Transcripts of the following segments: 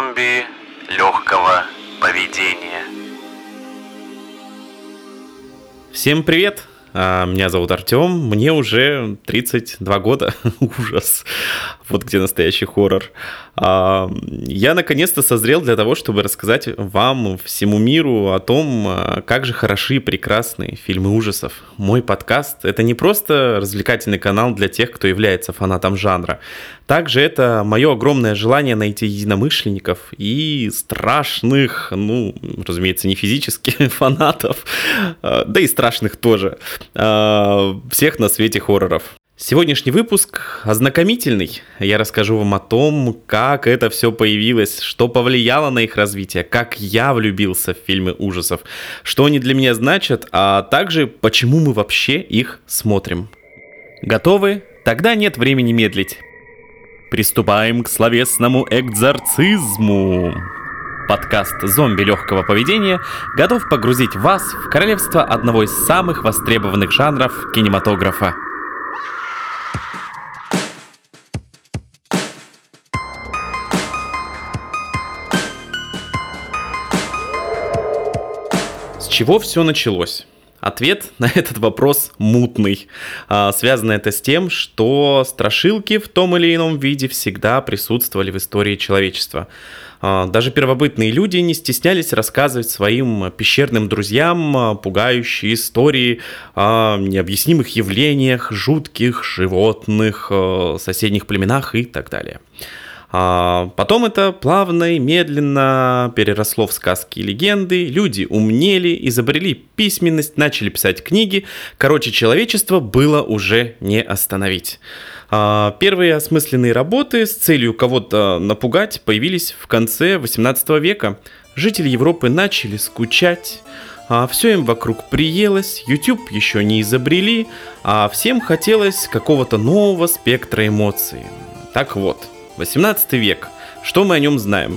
Зомби легкого поведения. Всем привет! Меня зовут Артем, мне уже 32 года, ужас, вот где настоящий хоррор. Я наконец-то созрел для того, чтобы рассказать вам, всему миру, о том, как же хороши и прекрасны фильмы ужасов. Мой подкаст — это не просто развлекательный канал для тех, кто является фанатом жанра. Также это мое огромное желание найти единомышленников и страшных, разумеется, не физически, фанатов, да и страшных тоже, всех на свете хорроров. Сегодняшний выпуск ознакомительный. Я расскажу вам о том, как это все появилось, что повлияло на их развитие, как я влюбился в фильмы ужасов, что они для меня значат, а также почему мы вообще их смотрим. Готовы? Тогда нет времени медлить. Приступаем к словесному экзорцизму. Подкаст «Зомби легкого поведения» готов погрузить вас в королевство одного из самых востребованных жанров кинематографа. С чего все началось? Ответ на этот вопрос мутный. Связано это с тем, что страшилки в том или ином виде всегда присутствовали в истории человечества. Даже первобытные люди не стеснялись рассказывать своим пещерным друзьям пугающие истории о необъяснимых явлениях, жутких животных, соседних племенах и так далее. Потом это плавно и медленно переросло в сказки и легенды, люди умнели, изобрели письменность, начали писать книги. Короче, человечество было уже не остановить. Первые осмысленные работы с целью кого-то напугать появились в конце 18 века. Жители Европы начали скучать, все им вокруг приелось, YouTube еще не изобрели, а всем хотелось какого-то нового спектра эмоций. Так вот. 18 век. Что мы о нем знаем?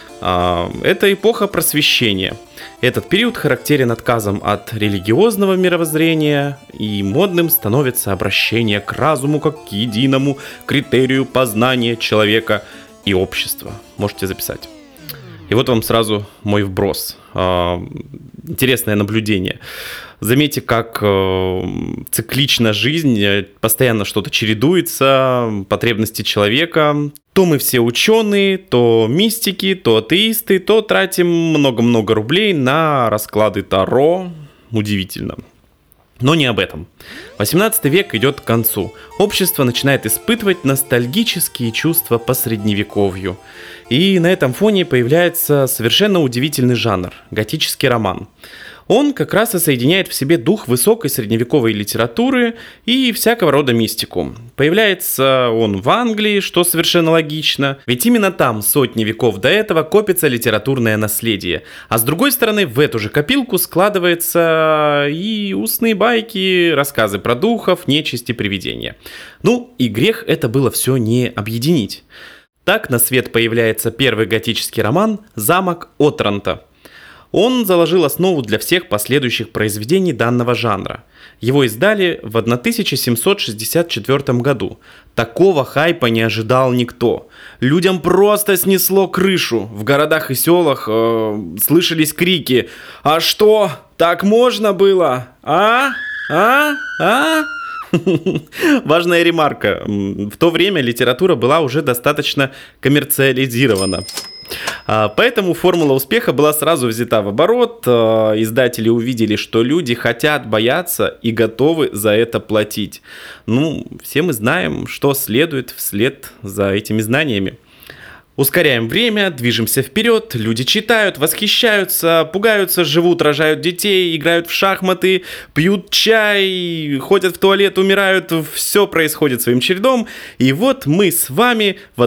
Это эпоха просвещения. Этот период характерен отказом от религиозного мировоззрения, и модным становится обращение к разуму как к единому критерию познания человека и общества. Можете записать. И вот вам сразу мой вброс. Интересное наблюдение. Заметьте, как циклична жизнь, постоянно что-то чередуется, потребности человека. То мы все ученые, то мистики, то атеисты, то тратим много-много рублей на расклады Таро. Удивительно. Но не об этом. 18 век идет к концу. Общество начинает испытывать ностальгические чувства по средневековью. И на этом фоне появляется совершенно удивительный жанр – готический роман. Он как раз и соединяет в себе дух высокой средневековой литературы и всякого рода мистику. Появляется он в Англии, что совершенно логично, ведь именно там сотни веков до этого копится литературное наследие. А с другой стороны, в эту же копилку складываются и устные байки, рассказы про духов, нечисть и привидения. И грех это было все не объединить. Так на свет появляется первый готический роман «Замок Отранто». Он заложил основу для всех последующих произведений данного жанра. Его издали в 1764 году. Такого хайпа не ожидал никто. Людям просто снесло крышу. В городах и селах слышались крики: «А что, так можно было? Важная ремарка. В то время литература была уже достаточно коммерциализирована. Поэтому формула успеха была сразу взята в оборот. Издатели увидели, что люди хотят, боятся и готовы за это платить. Все мы знаем, что следует вслед за этими знаниями. Ускоряем время, движемся вперед, люди читают, восхищаются, пугаются, живут, рожают детей, играют в шахматы, пьют чай, ходят в туалет, умирают, все происходит своим чередом. И вот мы с вами в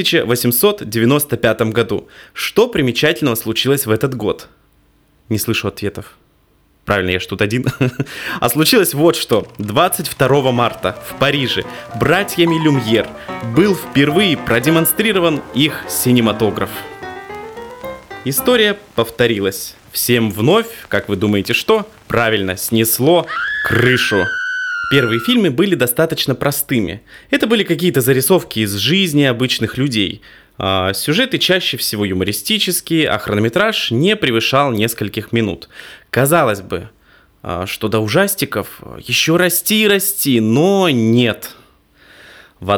1895 году. Что примечательного случилось в этот год? Не слышу ответов. Правильно, я ж тут один. А случилось вот что. 22 марта в Париже братьями Люмьер был впервые продемонстрирован их синематограф. История повторилась. Всем вновь, как вы думаете, что? Правильно, снесло крышу. Первые фильмы были достаточно простыми. Это были какие-то зарисовки из жизни обычных людей. Сюжеты чаще всего юмористические, а хронометраж не превышал нескольких минут. Казалось бы, что до ужастиков еще расти и расти, но нет. В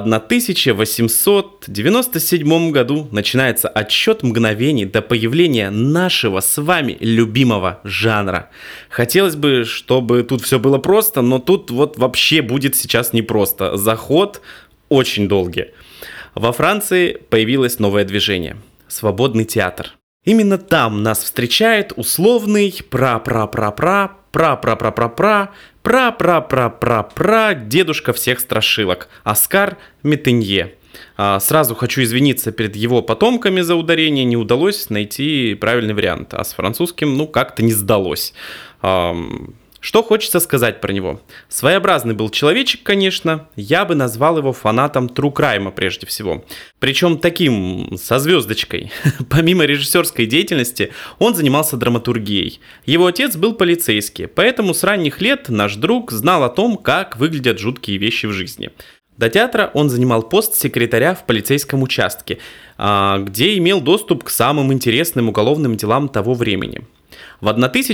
1897 году начинается отсчет мгновений до появления нашего с вами любимого жанра. Хотелось бы, чтобы тут все было просто, но тут вот вообще будет сейчас непросто. Заход очень долгий. Во Франции появилось новое движение – свободный театр. Именно там нас встречает условный дедушка всех страшилок Оскар Метенье. Сразу хочу извиниться перед его потомками за ударение, не удалось найти правильный вариант, а с французским как-то не сдалось. Что хочется сказать про него? Своеобразный был человечек, конечно, я бы назвал его фанатом True Crime прежде всего. Причем таким, со звездочкой. Помимо режиссерской деятельности, он занимался драматургией. Его отец был полицейский, поэтому с ранних лет наш друг знал о том, как выглядят жуткие вещи в жизни. До театра он занимал пост секретаря в полицейском участке, где имел доступ к самым интересным уголовным делам того времени. В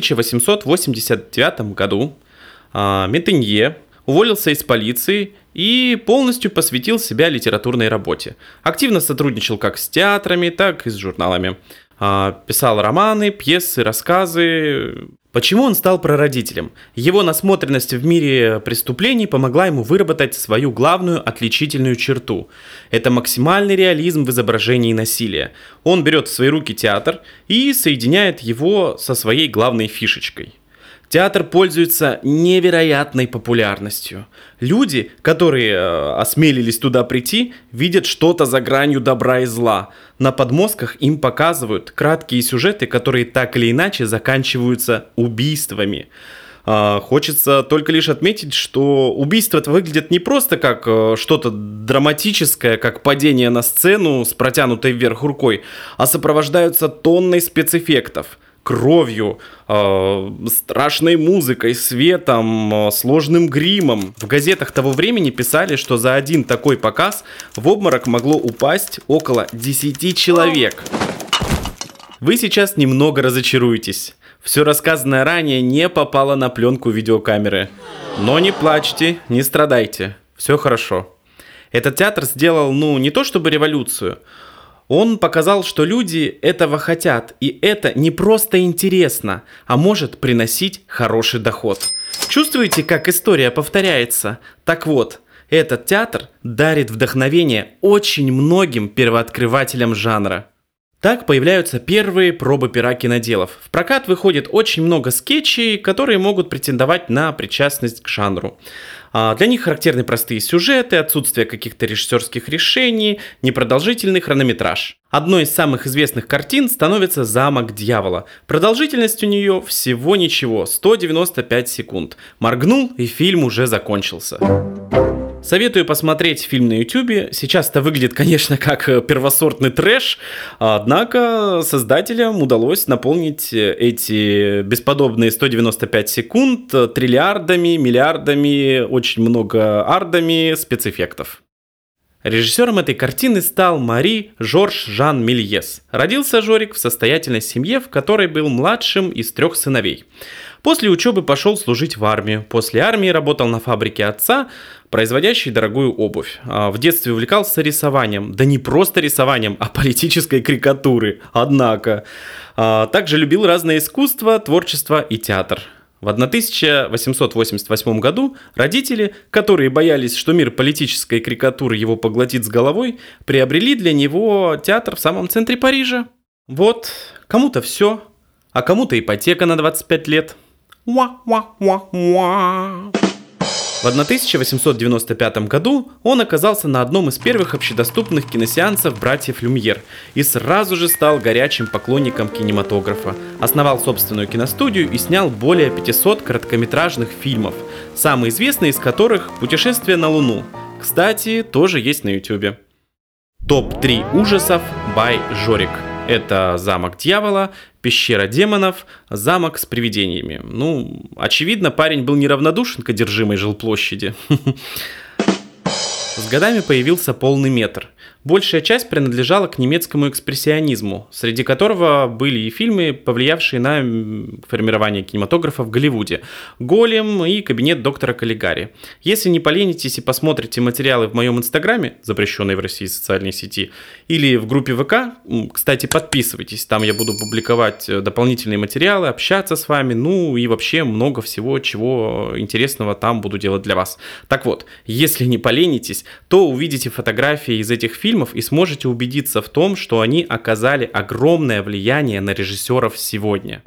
1889 году Метенье уволился из полиции и полностью посвятил себя литературной работе. Активно сотрудничал как с театрами, так и с журналами. Писал романы, пьесы, рассказы. Почему он стал прародителем? Его насмотренность в мире преступлений помогла ему выработать свою главную отличительную черту. Это максимальный реализм в изображении насилия. Он берет в свои руки театр и соединяет его со своей главной фишечкой. Театр пользуется невероятной популярностью. Люди, которые осмелились туда прийти, видят что-то за гранью добра и зла. На подмостках им показывают краткие сюжеты, которые так или иначе заканчиваются убийствами. Хочется только лишь отметить, что убийства выглядят не просто как что-то драматическое, как падение на сцену с протянутой вверх рукой, а сопровождаются тонной спецэффектов. Кровью, страшной музыкой, светом, сложным гримом. В газетах того времени писали, что за один такой показ в обморок могло упасть около 10 человек. Вы сейчас немного разочаруетесь. Все рассказанное ранее не попало на пленку видеокамеры. Но не плачьте, не страдайте. Все хорошо. Этот театр сделал, не то чтобы революцию. Он показал, что люди этого хотят, и это не просто интересно, а может приносить хороший доход. Чувствуете, как история повторяется? Так вот, этот театр дарит вдохновение очень многим первооткрывателям жанра. Так появляются первые пробы пера киноделов. В прокат выходит очень много скетчей, которые могут претендовать на причастность к жанру. Для них характерны простые сюжеты, отсутствие каких-то режиссерских решений, непродолжительный хронометраж. Одной из самых известных картин становится «Замок дьявола». Продолжительность у нее всего ничего, 195 секунд. Моргнул, и фильм уже закончился. Советую посмотреть фильм на YouTube. Сейчас это выглядит, конечно, как первосортный трэш, однако создателям удалось наполнить эти бесподобные 195 секунд триллиардами, миллиардами, очень много ардами спецэффектов. Режиссером этой картины стал Мари Жорж Жан Мельес. Родился Жорик в состоятельной семье, в которой был младшим из 3 сыновей. После учебы пошел служить в армию. После армии работал на фабрике отца, производящей дорогую обувь. В детстве увлекался рисованием. Да не просто рисованием, а политической карикатуры. Однако. Также любил разные искусства, творчество и театр. В 1888 году родители, которые боялись, что мир политической карикатуры его поглотит с головой, приобрели для него театр в самом центре Парижа. Вот, кому-то все, а кому-то ипотека на 25 лет. В 1895 году он оказался на одном из первых общедоступных киносеансов братьев Люмьер и сразу же стал горячим поклонником кинематографа. Основал собственную киностудию и снял более 500 короткометражных фильмов, самый известный из которых «Путешествие на Луну». Кстати, тоже есть на YouTube. Топ-3 ужасов by Жорик. Это «Замок дьявола», «Пещера демонов», «Замок с привидениями». Очевидно, парень был неравнодушен к одержимой жилплощади. С годами появился полный метр. Большая часть принадлежала к немецкому экспрессионизму, среди которого были и фильмы, повлиявшие на формирование кинематографа в Голливуде. «Голем» и «Кабинет доктора Каллигари». Если не поленитесь и посмотрите материалы в моем инстаграме, запрещенной в России социальной сети, или в группе ВК, кстати, подписывайтесь, там я буду публиковать дополнительные материалы, общаться с вами, ну и вообще много всего, чего интересного там буду делать для вас. Так вот, если не поленитесь, то увидите фотографии из этих фильмов и сможете убедиться в том, что они оказали огромное влияние на режиссеров сегодня.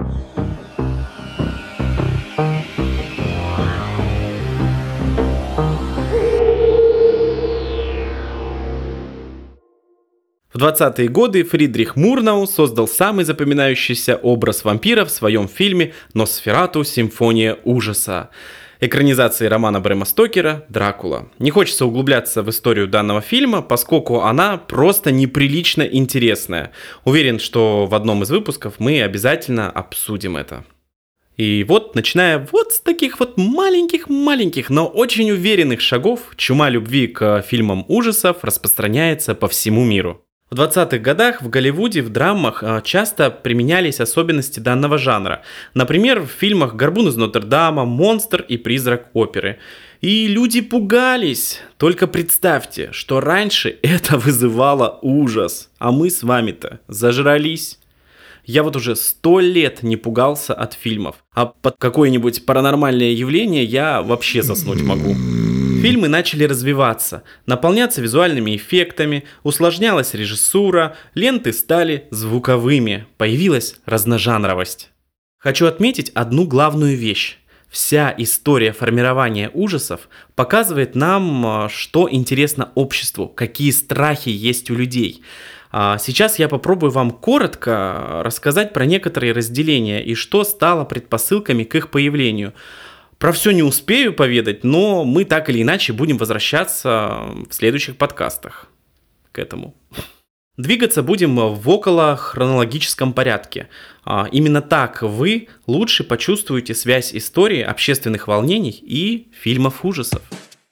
В 20-е годы Фридрих Мурнау создал самый запоминающийся образ вампира в своем фильме «Носферату. Симфония ужаса», экранизации романа Брэма Стокера «Дракула». Не хочется углубляться в историю данного фильма, поскольку она просто неприлично интересная. Уверен, что в одном из выпусков мы обязательно обсудим это. И вот, начиная вот с таких вот маленьких, но очень уверенных шагов, чума любви к фильмам ужасов распространяется по всему миру. В 20-х годах в Голливуде в драмах часто применялись особенности данного жанра. Например, в фильмах «Горбун из Нотр-Дама», «Монстр» и «Призрак оперы». И люди пугались. Только представьте, что раньше это вызывало ужас, а мы с вами-то зажрались. Я вот уже 100 лет не пугался от фильмов, а под какое-нибудь паранормальное явление я вообще заснуть могу. Фильмы начали развиваться, наполняться визуальными эффектами, усложнялась режиссура, ленты стали звуковыми, появилась разножанровость. Хочу отметить одну главную вещь. Вся история формирования ужасов показывает нам, что интересно обществу, какие страхи есть у людей. Сейчас я попробую вам коротко рассказать про некоторые разделения и что стало предпосылками к их появлению. Про все не успею поведать, но мы так или иначе будем возвращаться в следующих подкастах к этому. Двигаться будем в околохронологическом порядке. Именно так вы лучше почувствуете связь истории, общественных волнений и фильмов ужасов.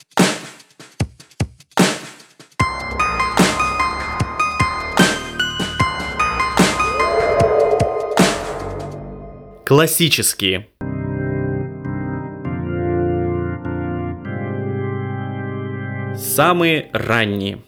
Классические. Самые ранние.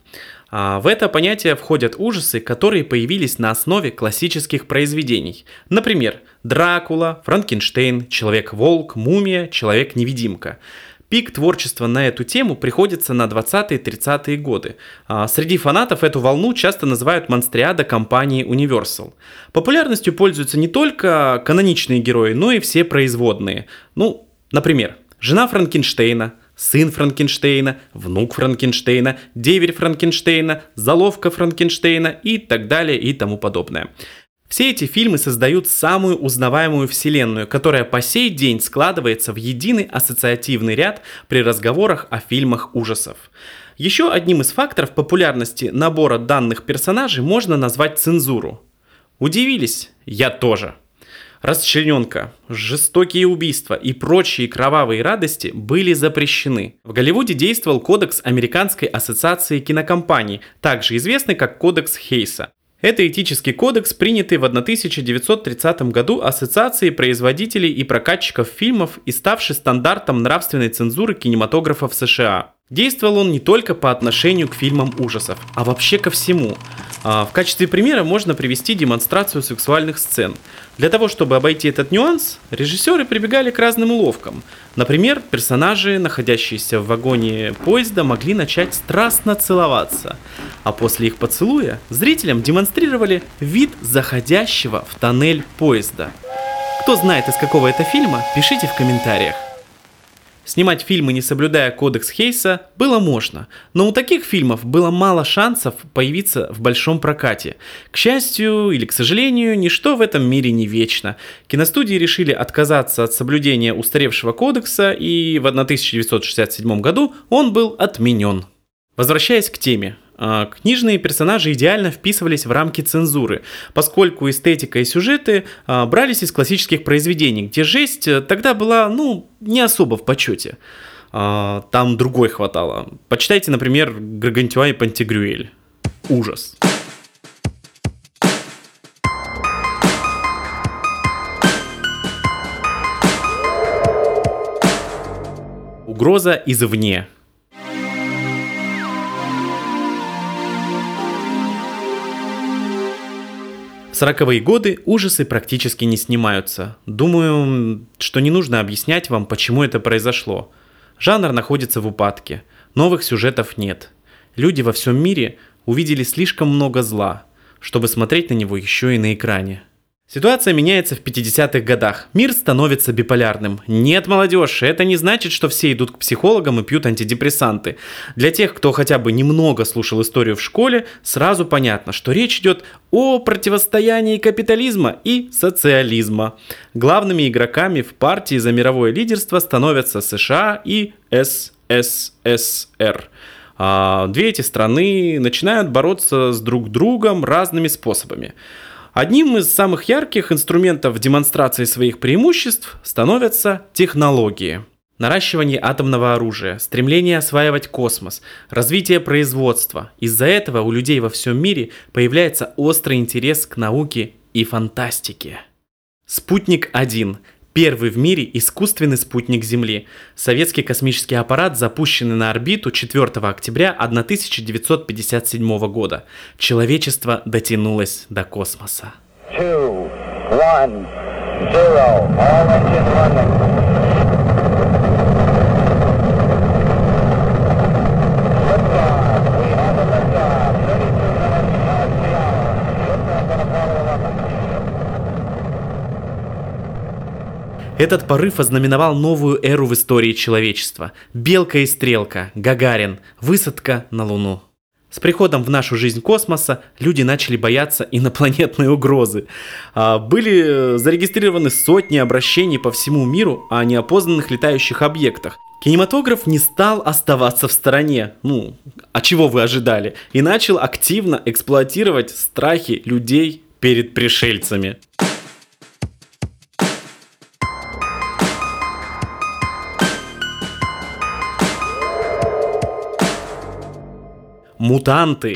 В это понятие входят ужасы, которые появились на основе классических произведений. Например, Дракула, Франкенштейн, Человек-волк, Мумия, Человек-невидимка. Пик творчества на эту тему приходится на 20-30-е годы. Среди фанатов эту волну часто называют монстриада компании Universal. Популярностью пользуются не только каноничные герои, но и все производные. Например, жена Франкенштейна, сын Франкенштейна, внук Франкенштейна, деверь Франкенштейна, заловка Франкенштейна и так далее и тому подобное. Все эти фильмы создают самую узнаваемую вселенную, которая по сей день складывается в единый ассоциативный ряд при разговорах о фильмах ужасов. Еще одним из факторов популярности набора данных персонажей можно назвать цензуру. Удивились? Я тоже. Расчлененка, жестокие убийства и прочие кровавые радости были запрещены. В Голливуде действовал кодекс Американской ассоциации кинокомпаний, также известный как Кодекс Хейса. Это этический кодекс, принятый в 1930 году Ассоциацией производителей и прокатчиков фильмов и ставший стандартом нравственной цензуры кинематографа в США. Действовал он не только по отношению к фильмам ужасов, а вообще ко всему. В качестве примера можно привести демонстрацию сексуальных сцен. Для того, чтобы обойти этот нюанс, режиссеры прибегали к разным уловкам. Например, персонажи, находящиеся в вагоне поезда, могли начать страстно целоваться, а после их поцелуя зрителям демонстрировали вид заходящего в тоннель поезда. Кто знает, из какого это фильма, пишите в комментариях. Снимать фильмы, не соблюдая кодекс Хейса, было можно, но у таких фильмов было мало шансов появиться в большом прокате. К счастью или к сожалению, ничто в этом мире не вечно. Киностудии решили отказаться от соблюдения устаревшего кодекса, и в 1967 году он был отменен. Возвращаясь к теме. Книжные персонажи идеально вписывались в рамки цензуры, поскольку эстетика и сюжеты брались из классических произведений, где жесть тогда была, не особо в почете. Там другой хватало. Почитайте, например, Гаргантюа и Пантигрюэль. Ужас. Угроза извне. В 40-е годы ужасы практически не снимаются. Думаю, что не нужно объяснять вам, почему это произошло. Жанр находится в упадке. Новых сюжетов нет. Люди во всем мире увидели слишком много зла, чтобы смотреть на него еще и на экране. Ситуация меняется в 50-х годах. Мир становится биполярным. Нет, молодежь, это не значит, что все идут к психологам и пьют антидепрессанты. Для тех, кто хотя бы немного слушал историю в школе, сразу понятно, что речь идет о противостоянии капитализма и социализма. Главными игроками в партии за мировое лидерство становятся США и СССР. Две эти страны начинают бороться с друг другом разными способами. Одним из самых ярких инструментов демонстрации своих преимуществ становятся технологии. Наращивание атомного оружия, стремление осваивать космос, развитие производства. Из-за этого у людей во всем мире появляется острый интерес к науке и фантастике. Спутник-1. Первый в мире искусственный спутник Земли. Советский космический аппарат, запущенный на орбиту 4 октября 1957 года. Человечество дотянулось до космоса. 2, 1, 0. All engine running. Liftoff. We have a liftoff. 32 minutes past the hour. Liftoff on Apollo 11. Этот порыв ознаменовал новую эру в истории человечества. Белка и стрелка, Гагарин, высадка на Луну. С приходом в нашу жизнь космоса люди начали бояться инопланетной угрозы. Были зарегистрированы сотни обращений по всему миру о неопознанных летающих объектах. Кинематограф не стал оставаться в стороне, а чего вы ожидали, и начал активно эксплуатировать страхи людей перед пришельцами. Мутанты.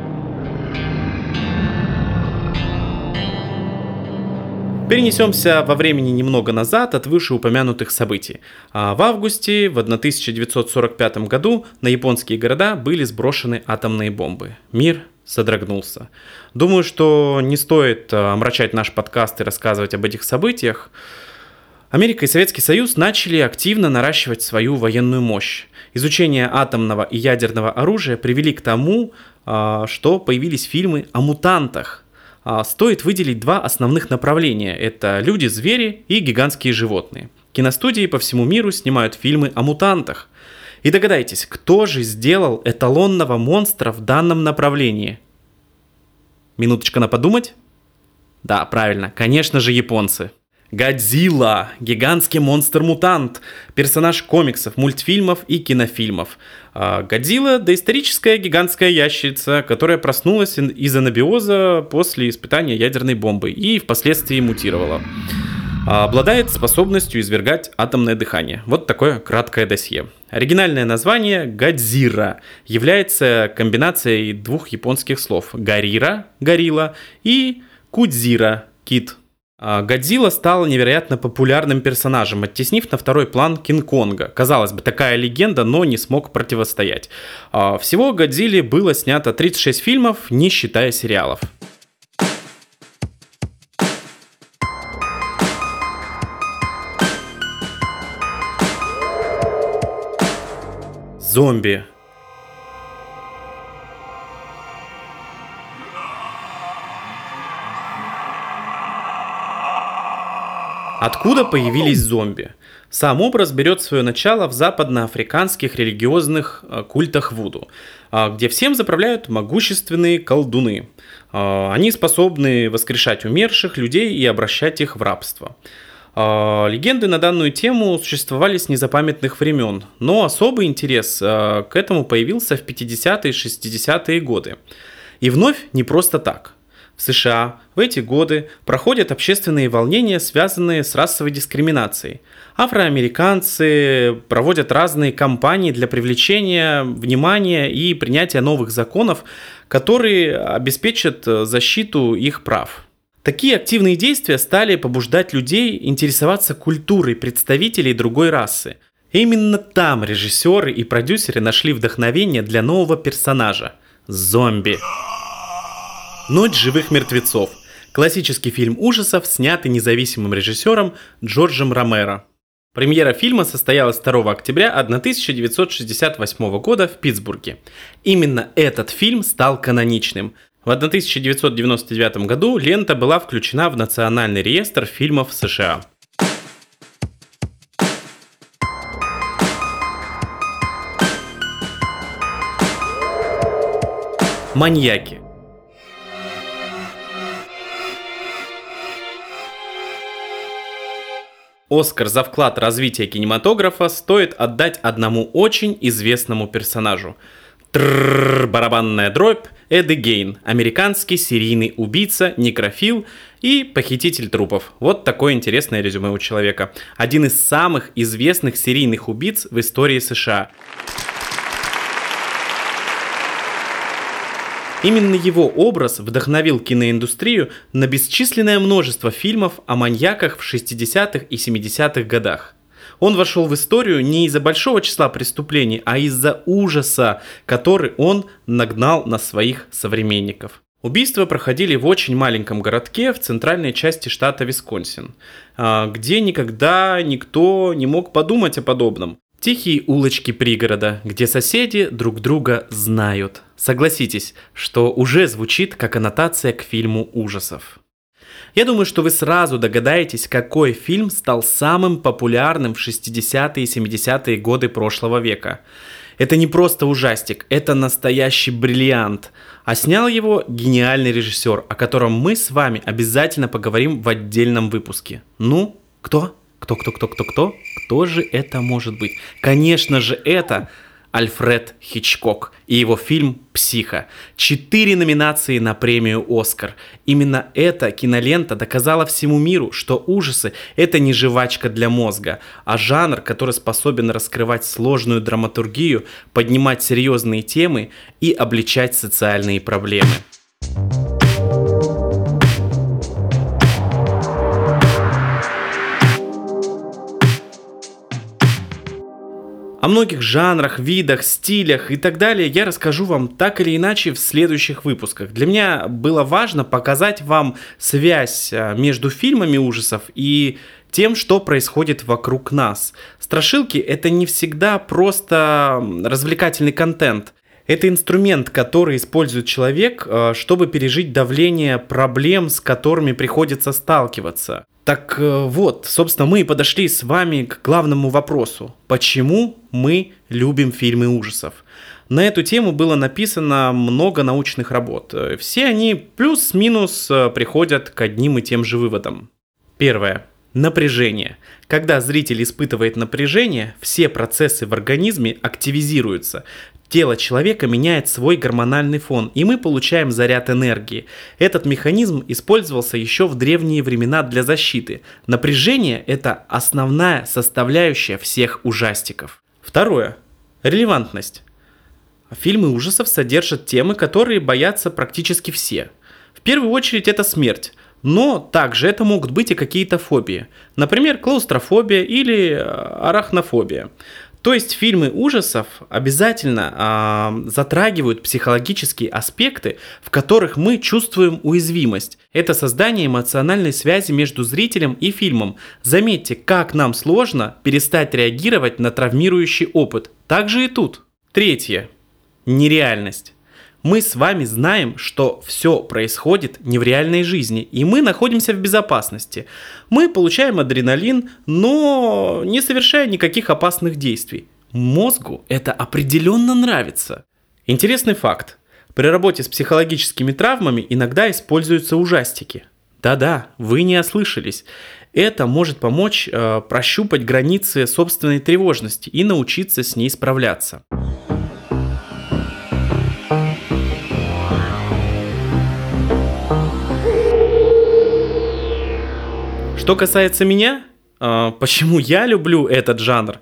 Перенесемся во времени немного назад от вышеупомянутых событий. В августе в 1945 году на японские города были сброшены атомные бомбы. Мир содрогнулся. Думаю, что не стоит омрачать наш подкаст и рассказывать об этих событиях. Америка и Советский Союз начали активно наращивать свою военную мощь. Изучение атомного и ядерного оружия привели к тому, что появились фильмы о мутантах. Стоит выделить два основных направления. Это люди-звери и гигантские животные. Киностудии по всему миру снимают фильмы о мутантах. И догадайтесь, кто же сделал эталонного монстра в данном направлении? Минуточка на подумать? Да, правильно, конечно же, японцы. Годзилла – гигантский монстр-мутант, персонаж комиксов, мультфильмов и кинофильмов. Годзилла – доисторическая гигантская ящерица, которая проснулась из анабиоза после испытания ядерной бомбой и впоследствии мутировала. Обладает способностью извергать атомное дыхание. Вот такое краткое досье. Оригинальное название Годзира является комбинацией двух японских слов – горира – горилла и кудзира – кит. Годзилла стала невероятно популярным персонажем, оттеснив на второй план Кинг-Конга. Казалось бы, такая легенда, но не смог противостоять. Всего Годзилле было снято 36 фильмов, не считая сериалов. Зомби. Откуда появились зомби? Сам образ берет свое начало в западноафриканских религиозных культах вуду, где всем заправляют могущественные колдуны. Они способны воскрешать умерших людей и обращать их в рабство. Легенды на данную тему существовали с незапамятных времен, но особый интерес к этому появился в 50-е и 60-е годы. И вновь не просто так. В В США в эти годы проходят общественные волнения, связанные с расовой дискриминацией. Афроамериканцы проводят разные кампании для привлечения внимания и принятия новых законов, которые обеспечат защиту их прав. Такие активные действия стали побуждать людей интересоваться культурой представителей другой расы. И именно там режиссеры и продюсеры нашли вдохновение для нового персонажа – зомби. «Ночь живых мертвецов» – классический фильм ужасов, снятый независимым режиссером Джорджем Ромеро. Премьера фильма состоялась 2 октября 1968 года в Питтсбурге. Именно этот фильм стал каноничным. В 1999 году лента была включена в Национальный реестр фильмов США. Маньяки. Оскар за вклад в развитие кинематографа стоит отдать одному очень известному персонажу. Барабанная дробь. Эдди Гейн, американский серийный убийца, некрофил и похититель трупов. Вот такое интересное резюме у человека. Один из самых известных серийных убийц в истории США. Именно его образ вдохновил киноиндустрию на бесчисленное множество фильмов о маньяках в 60-х и 70-х годах. Он вошел в историю не из-за большого числа преступлений, а из-за ужаса, который он нагнал на своих современников. Убийства проходили в очень маленьком городке в центральной части штата Висконсин, где никогда никто не мог подумать о подобном. Тихие улочки пригорода, где соседи друг друга знают. Согласитесь, что уже звучит как аннотация к фильму ужасов. Я думаю, что вы сразу догадаетесь, какой фильм стал самым популярным в 60-е и 70-е годы прошлого века. Это не просто ужастик, это настоящий бриллиант. А снял его гениальный режиссер, о котором мы с вами обязательно поговорим в отдельном выпуске. Ну, кто? Кто же это может быть? Конечно же, это Альфред Хичкок и его фильм «Психо». 4 номинации на премию «Оскар». Именно эта кинолента доказала всему миру, что ужасы – это не жвачка для мозга, а жанр, который способен раскрывать сложную драматургию, поднимать серьезные темы и обличать социальные проблемы. О многих жанрах, видах, стилях и так далее я расскажу вам так или иначе в следующих выпусках. Для меня было важно показать вам связь между фильмами ужасов и тем, что происходит вокруг нас. Страшилки — это не всегда просто развлекательный контент. Это инструмент, который использует человек, чтобы пережить давление проблем, с которыми приходится сталкиваться. Так вот, собственно, мы и подошли с вами к главному вопросу. Почему мы любим фильмы ужасов? На эту тему было написано много научных работ. Все они плюс-минус приходят к одним и тем же выводам. Первое. Напряжение. Когда зритель испытывает напряжение, все процессы в организме активизируются. Тело человека меняет свой гормональный фон, и мы получаем заряд энергии. Этот механизм использовался еще в древние времена для защиты. Напряжение – это основная составляющая всех ужастиков. Второе. Релевантность. Фильмы ужасов содержат темы, которые боятся практически все. В первую очередь это смерть. Но также это могут быть и какие-то фобии. Например, клаустрофобия или арахнофобия. То есть фильмы ужасов обязательно затрагивают психологические аспекты, в которых мы чувствуем уязвимость. Это создание эмоциональной связи между зрителем и фильмом. Заметьте, как нам сложно перестать реагировать на травмирующий опыт. Так же и тут. Третье. Нереальность. Мы с вами знаем, что все происходит не в реальной жизни, и мы находимся в безопасности. Мы получаем адреналин, но не совершая никаких опасных действий. Мозгу это определенно нравится. Интересный факт. При работе с психологическими травмами иногда используются ужастики. Да-да, вы не ослышались. Это может помочь прощупать границы собственной тревожности и научиться с ней справляться. Что касается меня, почему я люблю этот жанр?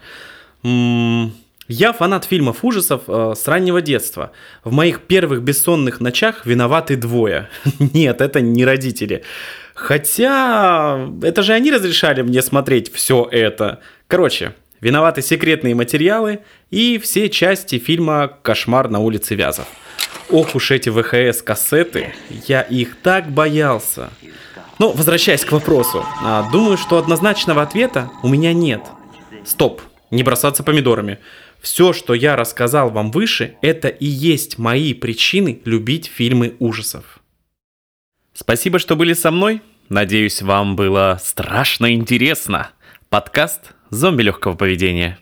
Я фанат фильмов ужасов с раннего детства. В моих первых бессонных ночах виноваты двое. Нет, это не родители. Хотя, это же они разрешали мне смотреть все это. Короче, виноваты секретные материалы и все части фильма «Кошмар на улице Вязов». Ох уж эти ВХС-кассеты, я их так боялся. Но, возвращаясь к вопросу, думаю, что однозначного ответа у меня нет. Стоп, не бросаться помидорами. Все, что я рассказал вам выше, это и есть мои причины любить фильмы ужасов. Спасибо, что были со мной. Надеюсь, вам было страшно интересно. Подкаст «Зомби легкого поведения».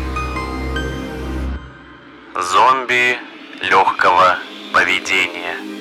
Зомби легкого поведения.